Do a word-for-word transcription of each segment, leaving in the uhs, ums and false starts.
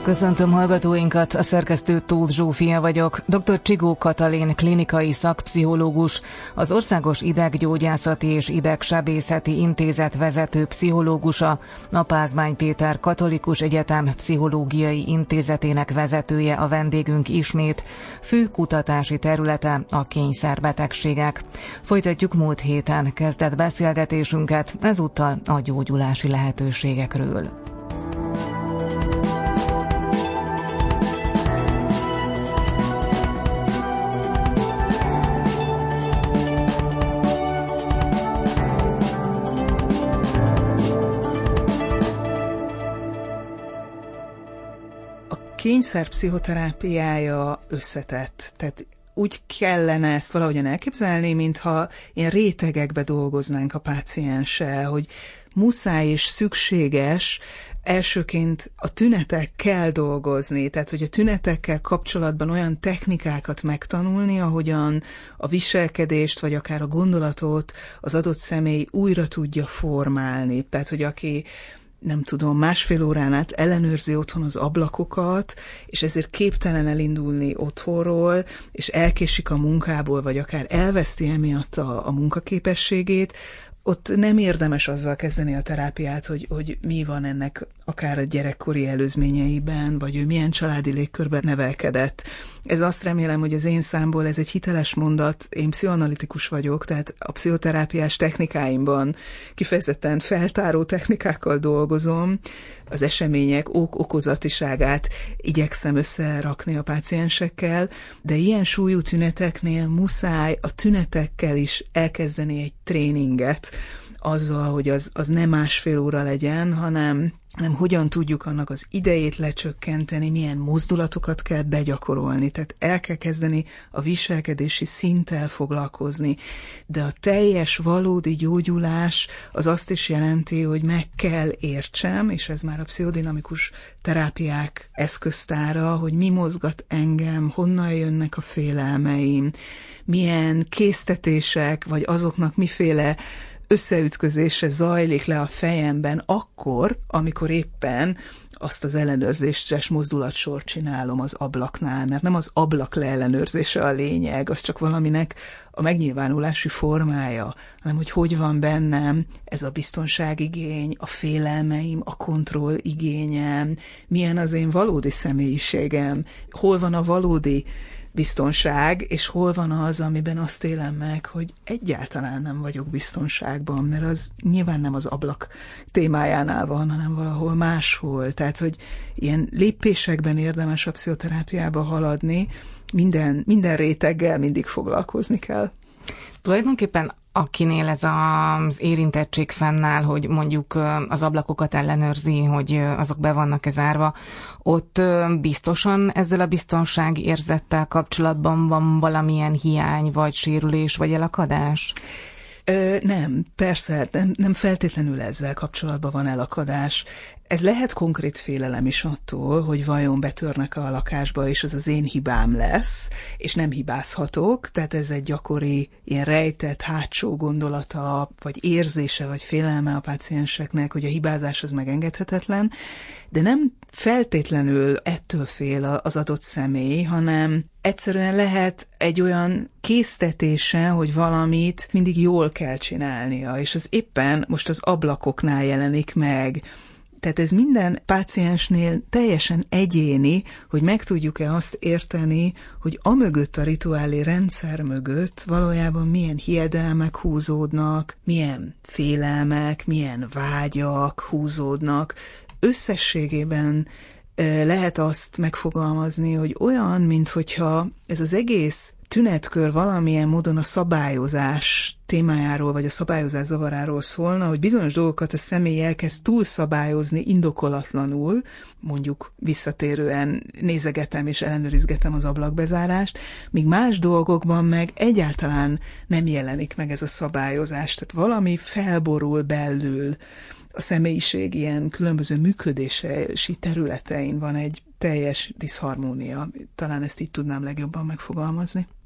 Köszöntöm hallgatóinkat, a szerkesztő Tóth Zsófia vagyok. dr. Csigó Katalin klinikai szakpszichológus, az Országos Ideggyógyászati és Idegsebészeti Intézet vezető pszichológusa, a Pázmány Péter Katolikus Egyetem Pszichológiai Intézetének vezetője a vendégünk ismét. Fő kutatási területe a kényszerbetegségek. Folytatjuk múlt héten kezdett beszélgetésünket, ezúttal a gyógyulási lehetőségekről. Kényszer pszichoterápiája összetett, tehát úgy kellene ezt valahogyan elképzelni, mintha ilyen rétegekbe dolgoznánk a pácienssel, hogy muszáj és szükséges elsőként a tünetekkel dolgozni, tehát hogy a tünetekkel kapcsolatban olyan technikákat megtanulni, ahogyan a viselkedést, vagy akár a gondolatot az adott személy újra tudja formálni. Tehát, hogy aki nem tudom, másfél órán át ellenőrzi otthon az ablakokat, és ezért képtelen elindulni otthonról, és elkésik a munkából, vagy akár elveszti emiatt a, a munkaképességét, ott nem érdemes azzal kezdeni a terápiát, hogy, hogy mi van ennek akár a gyerekkori előzményeiben, vagy ő milyen családi légkörben nevelkedett. Ez azt remélem, hogy az én számból ez egy hiteles mondat, én pszichoanalitikus vagyok, tehát a pszichoterápiás technikáimban kifejezetten feltáró technikákkal dolgozom, az események ok-okozatiságát igyekszem összerakni a páciensekkel, de ilyen súlyú tüneteknél muszáj a tünetekkel is elkezdeni egy tréninget, azzal, hogy az, az nem másfél óra legyen, hanem, hanem hogyan tudjuk annak az idejét lecsökkenteni, milyen mozdulatokat kell begyakorolni. Tehát el kell kezdeni a viselkedési szinttel foglalkozni. De a teljes, valódi gyógyulás az azt is jelenti, hogy meg kell értsem, és ez már a pszichodinamikus terápiák eszköztára, hogy mi mozgat engem, honnan jönnek a félelmeim, milyen késztetések, vagy azoknak miféle összeütközése zajlik le a fejemben akkor, amikor éppen azt az ellenőrzéses mozdulatsort csinálom az ablaknál, mert nem az ablak leellenőrzése a lényeg, az csak valaminek a megnyilvánulási formája, hanem hogy hogy van bennem ez a biztonságigény, a félelmeim, a kontrolligényem, milyen az én valódi személyiségem, hol van a valódi biztonság, és hol van az, amiben azt élem meg, hogy egyáltalán nem vagyok biztonságban, mert az nyilván nem az ablak témájánál van, hanem valahol máshol. Tehát, hogy ilyen lépésekben érdemes a pszichoterápiába haladni, minden, minden réteggel mindig foglalkozni kell. Tulajdonképpen akinél ez az érintettség fennáll, hogy mondjuk az ablakokat ellenőrzi, hogy azok be vannak-e zárva, ott biztosan ezzel a biztonsági érzettel kapcsolatban van valamilyen hiány, vagy sérülés, vagy elakadás? Ö, nem, persze, nem, nem feltétlenül ezzel kapcsolatban van elakadás. Ez lehet konkrét félelem is attól, hogy vajon betörnek a lakásba, és ez az én hibám lesz, és nem hibázhatok, tehát ez egy gyakori, ilyen rejtett, hátsó gondolata, vagy érzése, vagy félelme a pácienseknek, hogy a hibázás az megengedhetetlen, de nem feltétlenül ettől fél az adott személy, hanem egyszerűen lehet egy olyan késztetése, hogy valamit mindig jól kell csinálnia, és az éppen most az ablakoknál jelenik meg. Tehát ez minden páciensnél teljesen egyéni, hogy meg tudjuk-e azt érteni, hogy amögött a rituálé rendszer mögött valójában milyen hiedelmek húzódnak, milyen félelmek, milyen vágyak húzódnak. Összességében lehet azt megfogalmazni, hogy olyan, minthogyha ez az egész tünetkör valamilyen módon a szabályozás témájáról, vagy a szabályozás zavaráról szólna, hogy bizonyos dolgokat a személy elkezd túlszabályozni indokolatlanul, mondjuk visszatérően nézegetem és ellenőrizgetem az ablakbezárást, míg más dolgokban meg egyáltalán nem jelenik meg ez a szabályozás, tehát valami felborul belül. A személyiség ilyen különböző működési területein van egy teljes diszharmónia. Talán ezt így tudnám legjobban megfogalmazni.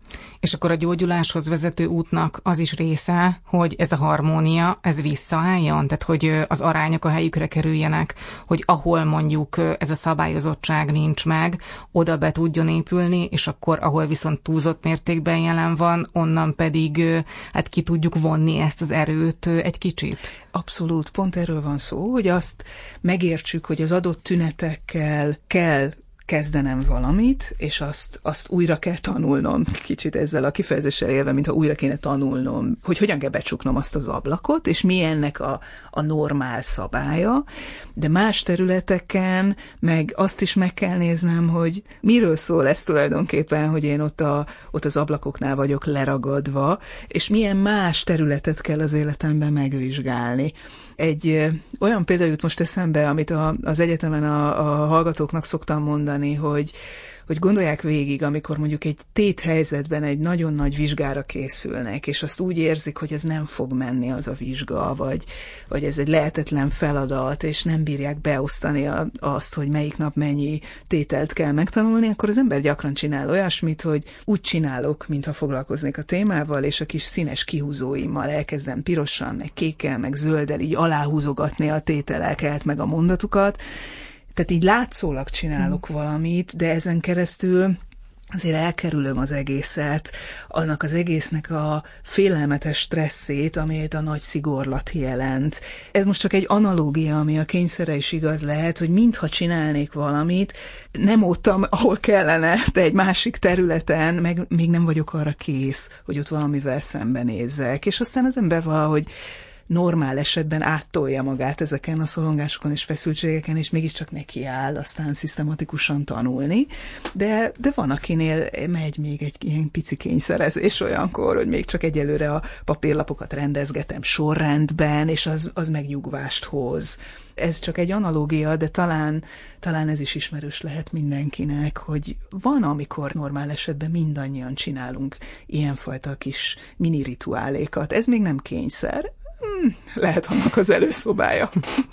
És akkor a gyógyuláshoz vezető útnak az is része, hogy ez a harmónia, ez visszaálljon, tehát hogy az arányok a helyükre kerüljenek, hogy ahol mondjuk ez a szabályozottság nincs meg, oda be tudjon épülni, és akkor ahol viszont túlzott mértékben jelen van, onnan pedig hát ki tudjuk vonni ezt az erőt egy kicsit. Abszolút, pont erről van szó, hogy azt megértsük, hogy az adott tünetekkel kell kezdenem valamit, és azt, azt újra kell tanulnom, kicsit ezzel a kifejezéssel élve, mintha újra kéne tanulnom, hogy hogyan kell becsuknom azt az ablakot, és mi ennek a, a normál szabálya, de más területeken meg azt is meg kell néznem, hogy miről szól ez tulajdonképpen, hogy én ott, a, ott az ablakoknál vagyok leragadva, és milyen más területet kell az életemben megvizsgálni. Egy ö, olyan példa jut most eszembe, amit a, az egyetemen a, a hallgatóknak szoktam mondani, hogy, hogy gondolják végig, amikor mondjuk egy téthelyzetben egy nagyon nagy vizsgára készülnek, és azt úgy érzik, hogy ez nem fog menni az a vizsga, vagy, vagy ez egy lehetetlen feladat, és nem bírják beosztani a, azt, hogy melyik nap mennyi tételt kell megtanulni, akkor az ember gyakran csinál olyasmit, hogy úgy csinálok, mintha foglalkoznék a témával, és a kis színes kihúzóimmal elkezdem pirosan, meg kékkel, meg zölddel így aláhúzogatni a tételeket, meg a mondatukat. Tehát így látszólag csinálok mm. valamit, de ezen keresztül azért elkerülöm az egészet, annak az egésznek a félelmetes stresszét, amit a nagy szigorlat jelent. Ez most csak egy analógia, ami a kényszerre is igaz lehet, hogy mintha csinálnék valamit, nem ott, ahol kellene, de egy másik területen, meg még nem vagyok arra kész, hogy ott valamivel szembenézzek. És aztán az ember valahogy normál esetben áttolja magát ezeken a szorongásokon és feszültségeken, és mégiscsak nekiáll aztán szisztematikusan tanulni, de, de van, akinél megy még egy ilyen pici kényszerezés olyankor, hogy még csak egyelőre a papírlapokat rendezgetem sorrendben, és az, az megnyugvást hoz. Ez csak egy analógia, de talán, talán ez is ismerős lehet mindenkinek, hogy van, amikor normál esetben mindannyian csinálunk ilyenfajta kis mini rituálékat. Ez még nem kényszer, Hmm, lehet annak az előszobája.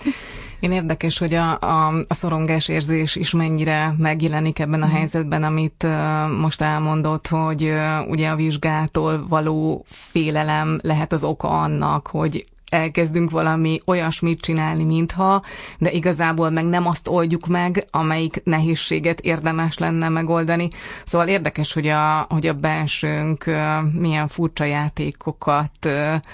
Én érdekes, hogy a, a, a szorongás érzés is mennyire megjelenik ebben a mm. helyzetben, amit uh, most elmondott, hogy uh, ugye a vizsgától való félelem lehet az oka annak, hogy elkezdünk valami olyasmit csinálni, mintha, de igazából meg nem azt oldjuk meg, amelyik nehézséget érdemes lenne megoldani. Szóval érdekes, hogy a, hogy a bensőnk milyen furcsa játékokat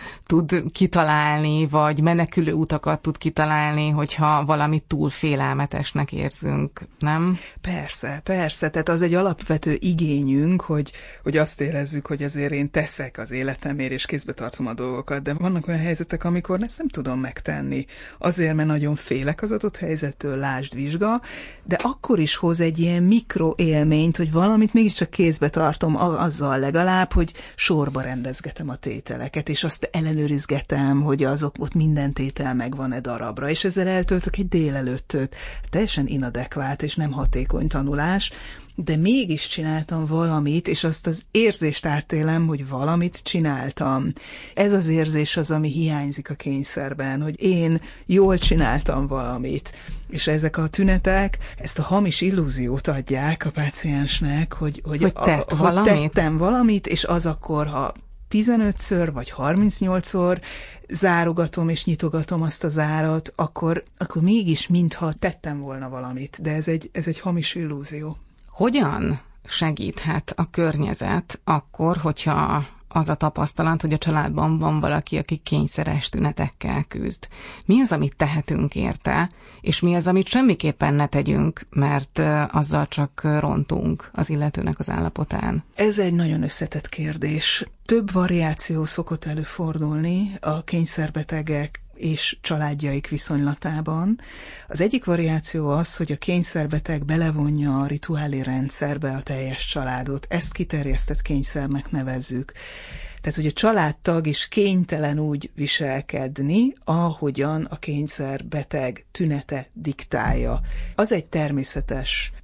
tud kitalálni, vagy menekülő utakat tud kitalálni, hogyha valamit túl félelmetesnek érzünk, nem? Persze, persze. Tehát az egy alapvető igényünk, hogy, hogy azt érezzük, hogy azért én teszek az életemért, és kézbe tartom a dolgokat, de vannak olyan helyzetek, amikor ezt nem tudom megtenni. Azért, mert nagyon félek az adott helyzettől, lásd vizsga, de akkor is hoz egy ilyen mikroélményt, hogy valamit mégiscsak kézbe tartom azzal legalább, hogy sorba rendezgetem a tételeket, és azt ellenőrizgetem, hogy azok ott minden tétel megvan-e darabra, és ezzel eltöltök egy délelőttöt. Teljesen inadekvát és nem hatékony tanulás, de mégis csináltam valamit, és azt az érzést átélem, hogy valamit csináltam. Ez az érzés az, ami hiányzik a kényszerben, hogy én jól csináltam valamit. És ezek a tünetek ezt a hamis illúziót adják a páciensnek, hogy, hogy, hogy, tett a, valamit? hogy tettem valamit, és az akkor, ha tizenötször vagy harmincnyolcszor zárogatom és nyitogatom azt a zárat, akkor, akkor mégis mintha tettem volna valamit. De ez egy, ez egy hamis illúzió. Hogyan segíthet a környezet akkor, hogyha az a tapasztalat, hogy a családban van valaki, aki kényszeres tünetekkel küzd? Mi az, amit tehetünk érte, és mi az, amit semmiképpen ne tegyünk, mert azzal csak rontunk az illetőnek az állapotán? Ez egy nagyon összetett kérdés. Több variáció szokott előfordulni a kényszerbetegek és családjaik viszonylatában. Az egyik variáció az, hogy a kényszerbeteg belevonja a rituálé rendszerbe a teljes családot. Ezt kiterjesztett kényszernek nevezzük. Tehát, hogy a családtag is kénytelen úgy viselkedni, ahogyan a kényszerbeteg tünete diktálja. Az egy természetes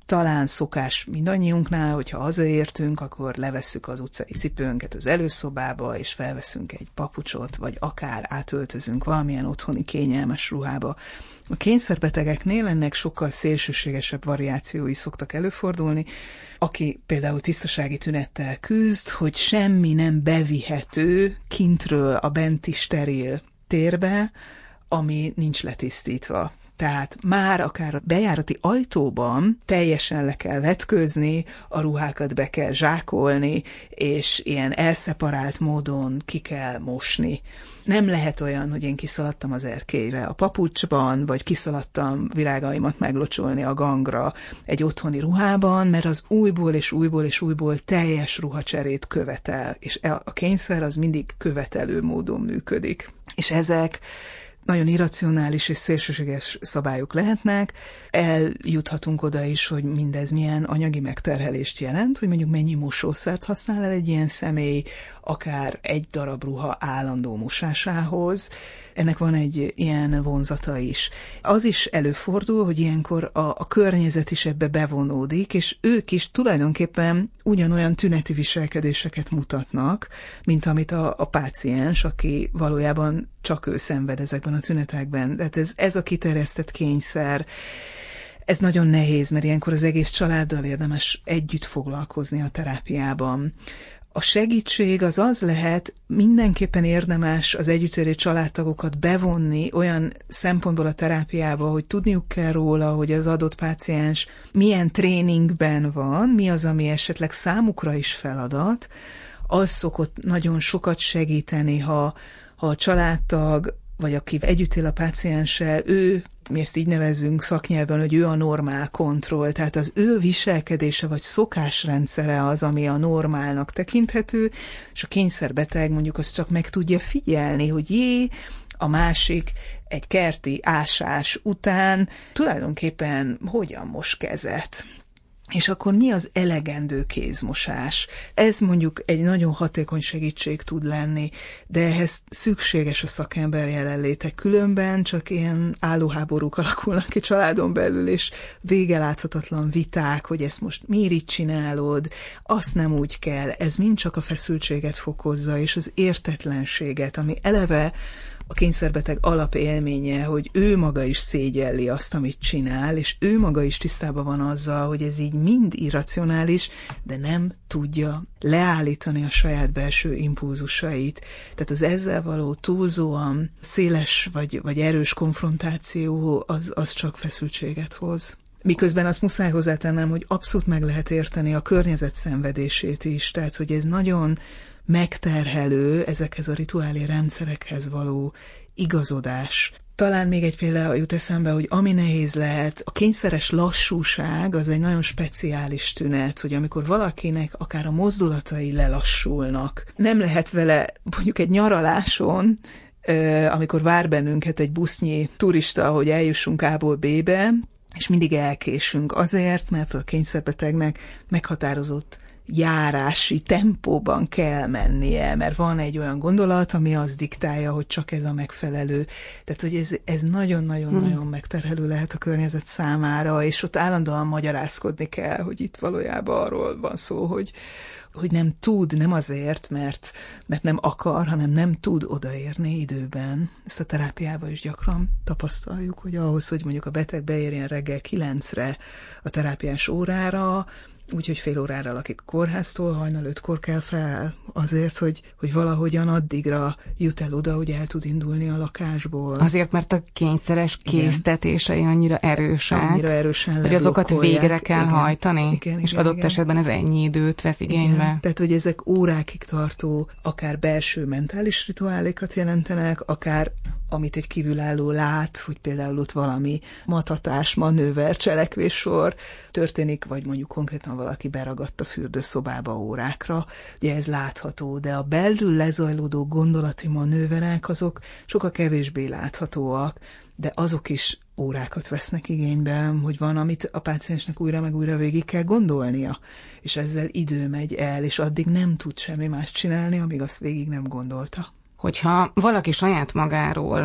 talán szokás mindannyiunknál, hogyha hazaértünk, akkor levesszük az utcai cipőnket az előszobába, és felveszünk egy papucsot, vagy akár átöltözünk valamilyen otthoni kényelmes ruhába. A kényszerbetegeknél ennek sokkal szélsőségesebb variációi szoktak előfordulni, aki például tisztasági tünettel küzd, hogy semmi nem bevihető kintről a benti steril térbe, ami nincs letisztítva. Tehát már akár a bejárati ajtóban teljesen le kell vetkőzni, a ruhákat be kell zsákolni, és ilyen elszeparált módon ki kell mosni. Nem lehet olyan, hogy én kiszaladtam az erkélyre a papucsban, vagy kiszaladtam virágaimat meglocsolni a gangra egy otthoni ruhában, mert az újból és újból és újból teljes ruhacserét követel, és a kényszer az mindig követelő módon működik. És ezek nagyon irracionális és szélsőséges szabályok lehetnek. Eljuthatunk oda is, hogy mindez milyen anyagi megterhelést jelent, hogy mondjuk mennyi mosószert használ el egy ilyen személy, akár egy darab ruha állandó mosásához. Ennek van egy ilyen vonzata is. Az is előfordul, hogy ilyenkor a, a környezet is ebbe bevonódik, és ők is tulajdonképpen ugyanolyan tüneti viselkedéseket mutatnak, mint amit a, a páciens, aki valójában csak ő szenved ezekben a tünetekben. Tehát ez, ez a kiterjesztett kényszer, ez nagyon nehéz, mert ilyenkor az egész családdal érdemes együtt foglalkozni a terápiában. A segítség az az lehet, mindenképpen érdemes az együttélő családtagokat bevonni olyan szempontból a terápiába, hogy tudniuk kell róla, hogy az adott páciens milyen tréningben van, mi az, ami esetleg számukra is feladat. Az szokott nagyon sokat segíteni, ha, ha a családtag, vagy aki együtt él a pácienssel, ő, mi ezt így nevezzünk szaknyelven, hogy ő a normál kontroll, tehát az ő viselkedése vagy szokásrendszere az, ami a normálnak tekinthető, és a kényszerbeteg mondjuk azt csak meg tudja figyelni, hogy jé, a másik egy kerti ásás után tulajdonképpen hogyan mos kezet. És akkor mi az elegendő kézmosás? Ez mondjuk egy nagyon hatékony segítség tud lenni, de ehhez szükséges a szakember jelenléte. Különben csak ilyen állóháborúk alakulnak ki családon belül, és végeláthatatlan viták, hogy ezt most miért így csinálod, azt nem úgy kell. Ez mind csak a feszültséget fokozza, és az értetlenséget, ami eleve a kényszerbeteg alapélménye, hogy ő maga is szégyelli azt, amit csinál, és ő maga is tisztában van azzal, hogy ez így mind irracionális, de nem tudja leállítani a saját belső impulzusait. Tehát az ezzel való túlzóan széles vagy, vagy erős konfrontáció az, az csak feszültséget hoz. Miközben azt muszáj hozzátennem, hogy abszolút meg lehet érteni a környezet szenvedését is, tehát hogy ez nagyon megterhelő ezekhez a rituálé rendszerekhez való igazodás. Talán még egy példa jut eszembe, hogy ami nehéz lehet, a kényszeres lassúság az egy nagyon speciális tünet, hogy amikor valakinek akár a mozdulatai lelassulnak, nem lehet vele mondjuk egy nyaraláson, amikor vár bennünket egy busznyi turista, hogy eljussunk A-ból B-be, és mindig elkésünk azért, mert a kényszerbetegnek meghatározott járási tempóban kell mennie, mert van egy olyan gondolat, ami azt diktálja, hogy csak ez a megfelelő. Tehát, hogy ez, ez nagyon-nagyon-nagyon hmm. megterhelő lehet a környezet számára, és ott állandóan magyarázkodni kell, hogy itt valójában arról van szó, hogy, hogy nem tud, nem azért, mert, mert nem akar, hanem nem tud odaérni időben. Ezt a terápiában is gyakran tapasztaljuk, hogy ahhoz, hogy mondjuk a beteg beérjen reggel kilencre a terápiás órára, úgyhogy fél órára lakik a kórháztól, hajnal ötkor kell fel azért, hogy, hogy valahogyan addigra jut el oda, hogy el tud indulni a lakásból. Azért, mert a kényszeres késztetései annyira erősek, annyira erősen hogy azokat végre kell igen, hajtani, igen, és igen, adott igen. esetben ez ennyi időt vesz igénybe. Igen. Tehát, hogy ezek órákig tartó, akár belső mentális rituálékat jelentenek, akár amit egy kívülálló lát, hogy például ott valami matatás, manőver, cselekvéssor történik, vagy mondjuk konkrétan valaki beragadt a fürdőszobába órákra. Ugye ez látható, de a belül lezajlódó gondolati manőverek azok sokkal kevésbé láthatóak, de azok is órákat vesznek igénybe, hogy van, amit a páciensnek újra meg újra végig kell gondolnia, és ezzel idő megy el, és addig nem tud semmi más csinálni, amíg azt végig nem gondolta. Hogyha valaki saját magáról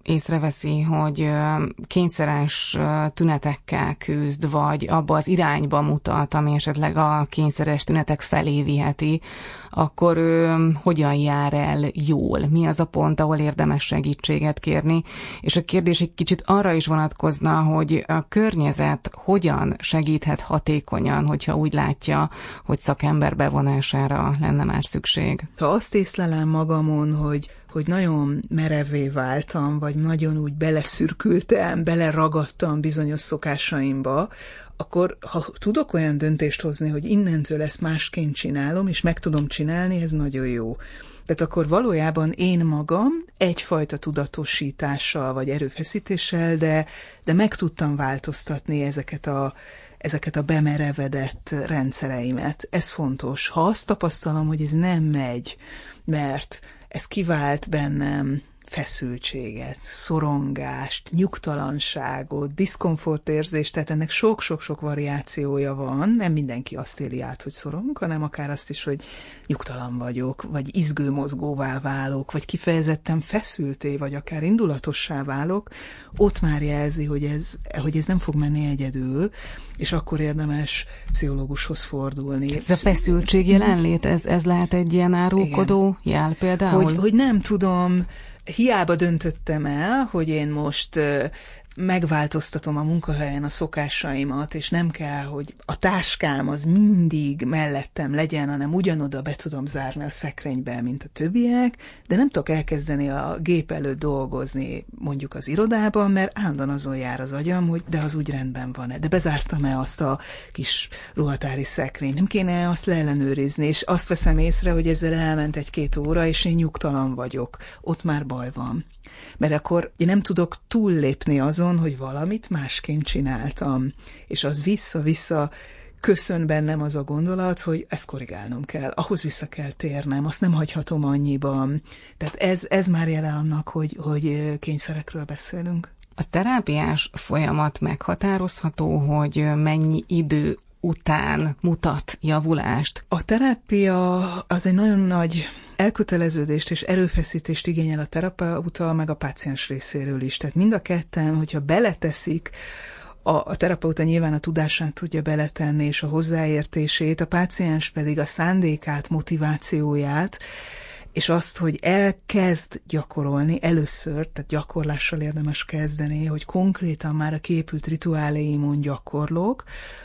észreveszi, hogy kényszeres tünetekkel küzd, vagy abba az irányba mutat, ami esetleg a kényszeres tünetek felé viheti, akkor ő hogyan jár el jól? Mi az a pont, ahol érdemes segítséget kérni? És a kérdés egy kicsit arra is vonatkozna, hogy a környezet hogyan segíthet hatékonyan, hogyha úgy látja, hogy szakember bevonására lenne már szükség. Ha azt észlelem magamon, hogy hogy nagyon merevvé váltam, vagy nagyon úgy beleszürkültem, beleragadtam bizonyos szokásaimba, akkor ha tudok olyan döntést hozni, hogy innentől ezt másként csinálom, és meg tudom csinálni, ez nagyon jó. Tehát akkor valójában én magam egyfajta tudatosítással, vagy erőfeszítéssel, de, de meg tudtam változtatni ezeket a ezeket a bemerevedett rendszereimet. Ez fontos. Ha azt tapasztalom, hogy ez nem megy, mert ez kivált bennem feszültséget, szorongást, nyugtalanságot, diszkomfortérzést, tehát ennek sok-sok-sok variációja van. Nem mindenki azt éli át, hogy szorong, hanem akár azt is, hogy nyugtalan vagyok, vagy izgőmozgóvá válok, vagy kifejezetten feszülté, vagy akár indulatossá válok, ott már jelzi, hogy ez, hogy ez nem fog menni egyedül, és akkor érdemes pszichológushoz fordulni. Ez a feszültség jelenlét, ez, ez lehet egy ilyen árulkodó Igen. jel például? Hogy, hogy nem tudom, hiába döntöttem el, hogy én most megváltoztatom a munkahelyen a szokásaimat, és nem kell, hogy a táskám az mindig mellettem legyen, hanem ugyanoda be tudom zárni a szekrénybe, mint a többiek, de nem tudok elkezdeni a gép előtt dolgozni mondjuk az irodában, mert állandóan azon jár az agyam, hogy de az úgy rendben van-e, de bezártam-e azt a kis ruhatári szekrényt, nem kéne azt leellenőrizni, és azt veszem észre, hogy ezzel elment egy-két óra, és én nyugtalan vagyok. Ott már baj van. Mert akkor én nem tudok túllépni azon, hogy valamit másként csináltam. És az vissza-vissza köszön bennem az a gondolat, hogy ezt korrigálnom kell, ahhoz vissza kell térnem, azt nem hagyhatom annyiban. Tehát ez, ez már jele annak, hogy, hogy kényszerekről beszélünk. A terápiás folyamat meghatározható, hogy mennyi idő után mutat javulást? A terápia az egy nagyon nagy elköteleződést és erőfeszítést igényel a terapeuta, meg a páciens részéről is. Tehát mind a ketten, hogyha beleteszik, a, a terapeuta nyilván a tudását tudja beletenni, és a hozzáértését, a páciens pedig a szándékát, motivációját, és azt, hogy elkezd gyakorolni először, tehát gyakorlással érdemes kezdeni, hogy konkrétan már a kiépült rituáléimon gyakorlok,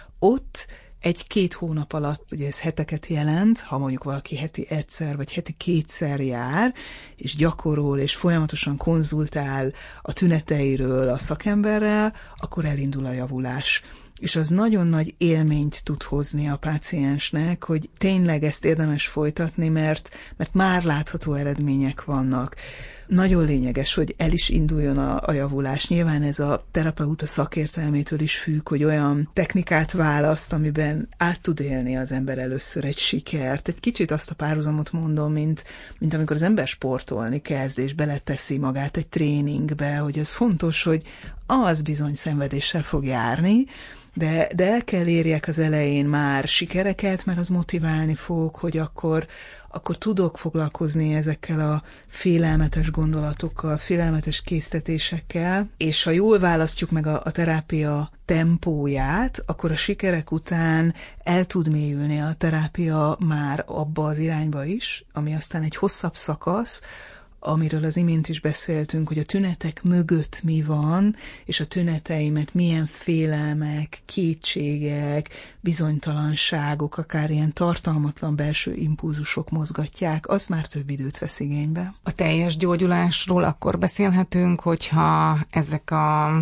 ott egy-két hónap alatt, ugye ez heteket jelent, ha mondjuk valaki heti egyszer vagy heti kétszer jár, és gyakorol, és folyamatosan konzultál a tüneteiről a szakemberrel, akkor elindul a javulás. És az nagyon nagy élményt tud hozni a páciensnek, hogy tényleg ezt érdemes folytatni, mert, mert már látható eredmények vannak. Nagyon lényeges, hogy el is induljon a, a javulás. Nyilván ez a terapeuta szakértelmétől is függ, hogy olyan technikát választ, amiben át tud élni az ember először egy sikert. Egy kicsit azt a párhuzamot mondom, mint, mint amikor az ember sportolni kezd, és beleteszi magát egy tréningbe, hogy az fontos, hogy az bizony szenvedéssel fog járni, De, de el kell érjek az elején már sikereket, mert az motiválni fog, hogy akkor, akkor tudok foglalkozni ezekkel a félelmetes gondolatokkal, félelmetes késztetésekkel, és ha jól választjuk meg a, a terápia tempóját, akkor a sikerek után el tud mélyülni a terápia már abba az irányba is, ami aztán egy hosszabb szakasz, amiről az imént is beszéltünk, hogy a tünetek mögött mi van, és a tüneteimet milyen félelmek, kétségek, bizonytalanságok, akár ilyen tartalmatlan belső impulzusok mozgatják, az már több időt vesz igénybe. A teljes gyógyulásról akkor beszélhetünk, hogyha ezek a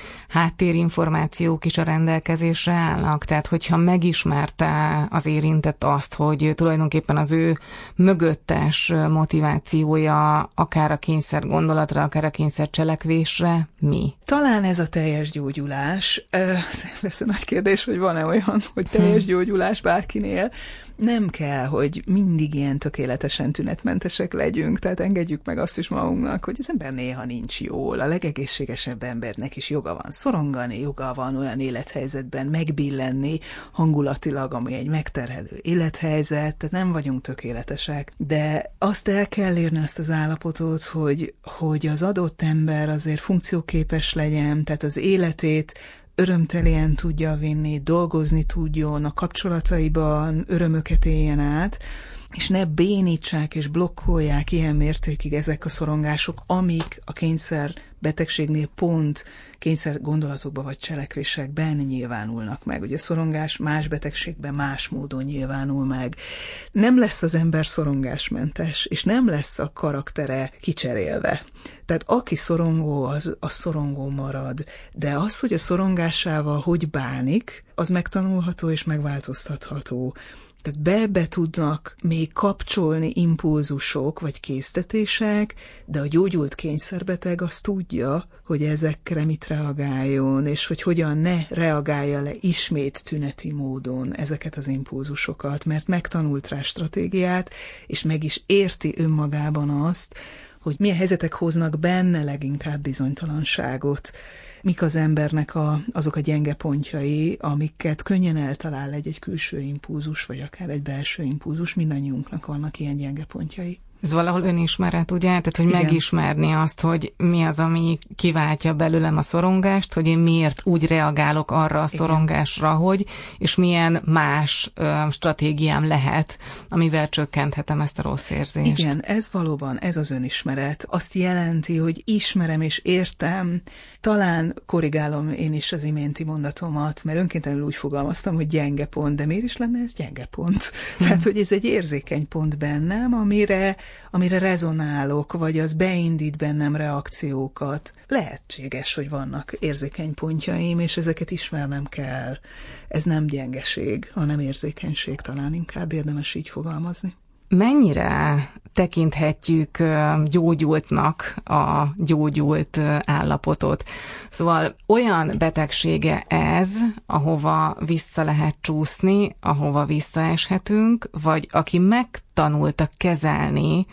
háttérinformációk is a rendelkezésre állnak, tehát hogyha megismerte az érintett azt, hogy tulajdonképpen az ő mögöttes motivációja akár a kényszer gondolatra, akár a kényszer cselekvésre mi? Talán ez a teljes gyógyulás. Persze nagy kérdés, hogy van-e olyan, hogy teljes gyógyulás bárkinél. Nem kell, hogy mindig ilyen tökéletesen tünetmentesek legyünk, tehát engedjük meg azt is magunknak, hogy az ember néha nincs jól. A legegészségesebb embernek is joga van szorongani, joga van olyan élethelyzetben megbillenni hangulatilag, ami egy megterhelő élethelyzet, tehát nem vagyunk tökéletesek. De azt el kell érni, azt az állapotot, állapotot, hogy, hogy az adott ember azért funkcióképes legyen, tehát az életét örömtelien tudja vinni, dolgozni tudjon, a kapcsolataiban örömöket éljen át, és ne bénítsák és blokkolják ilyen mértékig ezek a szorongások, amik a kényszer betegségnél pont kényszer gondolatokban vagy cselekvésekben nyilvánulnak meg. Ugye a szorongás más betegségben más módon nyilvánul meg. Nem lesz az ember szorongásmentes, és nem lesz a karaktere kicserélve. Tehát aki szorongó, az, az szorongó marad. De az, hogy a szorongásával hogy bánik, az megtanulható és megváltoztatható. Tehát be-be tudnak még kapcsolni impulzusok vagy késztetések, de a gyógyult kényszerbeteg azt tudja, hogy ezekre mit reagáljon, és hogy hogyan ne reagálja le ismét tüneti módon ezeket az impulzusokat, mert megtanult rá stratégiát, és meg is érti önmagában azt, hogy milyen helyzetek hoznak benne leginkább bizonytalanságot, mik az embernek a, azok a gyenge pontjai, amiket könnyen eltalál egy-egy külső impulzus, vagy akár egy belső impulzus, mindannyiunknak vannak ilyen gyenge pontjai. Ez valahol önismeret, ugye? Tehát, hogy igen. Megismerni azt, hogy mi az, ami kiváltja belőlem a szorongást, hogy én miért úgy reagálok arra a szorongásra, igen. hogy, és milyen más ö, stratégiám lehet, amivel csökkenthetem ezt a rossz érzést. Igen, ez valóban, ez az önismeret. Azt jelenti, hogy ismerem és értem, talán korrigálom én is az iménti mondatomat, mert önkéntelenül úgy fogalmaztam, hogy gyenge pont, de miért is lenne ez gyenge pont? Tehát, hogy ez egy érzékeny pont bennem, amire amire rezonálok, vagy az beindít bennem reakciókat. Lehetséges, hogy vannak érzékeny pontjaim, és ezeket ismernem kell. Ez nem gyengeség, hanem érzékenység, talán inkább érdemes így fogalmazni. Mennyire tekinthetjük gyógyultnak a gyógyult állapotot? Szóval olyan betegsége ez, ahova vissza lehet csúszni, ahova visszaeshetünk, vagy aki megtanulta kezelni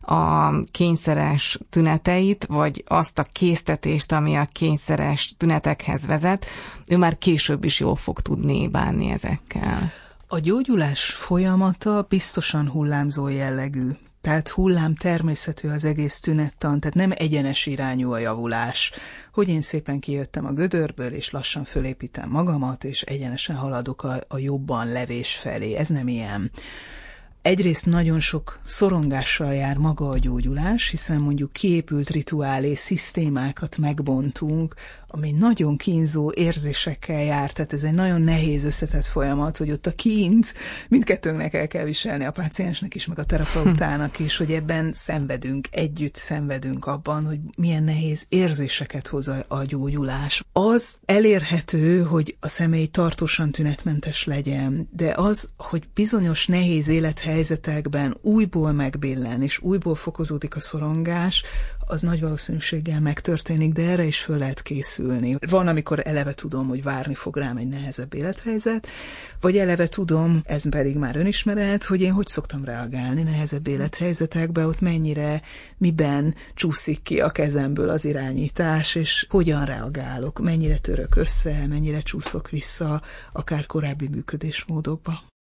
a kényszeres tüneteit, vagy azt a késztetést, ami a kényszeres tünetekhez vezet, ő már később is jól fog tudni bánni ezekkel. A gyógyulás folyamata biztosan hullámzó jellegű, tehát hullám természetű az egész tünettan, tehát nem egyenes irányú a javulás, hogy én szépen kijöttem a gödörből, és lassan fölépítem magamat, és egyenesen haladok a, a jobban levés felé. Ez nem ilyen. Egyrészt nagyon sok szorongással jár maga a gyógyulás, hiszen mondjuk kiépült rituálé szisztémákat megbontunk, ami nagyon kínzó érzésekkel jár, tehát ez egy nagyon nehéz összetett folyamat, hogy ott a kínt mindkettőnknek el kell viselni, a páciensnek is, meg a terapeutának is, hogy ebben szenvedünk, együtt szenvedünk abban, hogy milyen nehéz érzéseket hoz a, a gyógyulás. Az elérhető, hogy a személy tartósan tünetmentes legyen, de az, hogy bizonyos nehéz élethelyzetekben újból megbillen, és újból fokozódik a szorongás, az nagy valószínűséggel megtörténik, de erre is föl lehet készülni. Van, amikor eleve tudom, hogy várni fog rám egy nehezebb élethelyzet, vagy eleve tudom, ez pedig már önismeret, hogy én hogy szoktam reagálni nehezebb élethelyzetekbe, ott mennyire, miben csúszik ki a kezemből az irányítás, és hogyan reagálok, mennyire török össze, mennyire csúszok vissza akár korábbi működésmódokba.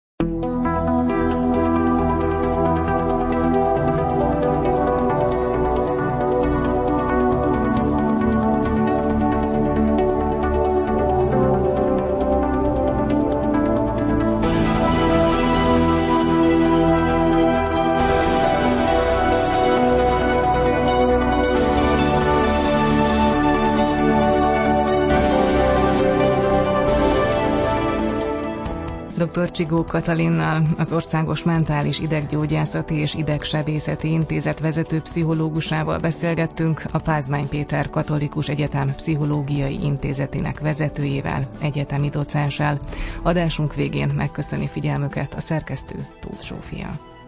doktor Csigó Katalinnal, az Országos Mentális Ideggyógyászati és Idegsebészeti Intézet vezető pszichológusával beszélgettünk, a Pázmány Péter Katolikus Egyetem Pszichológiai Intézetének vezetőjével, egyetemi docenssel. Adásunk végén megköszöni figyelmüket a szerkesztő, Tóth Zsófia.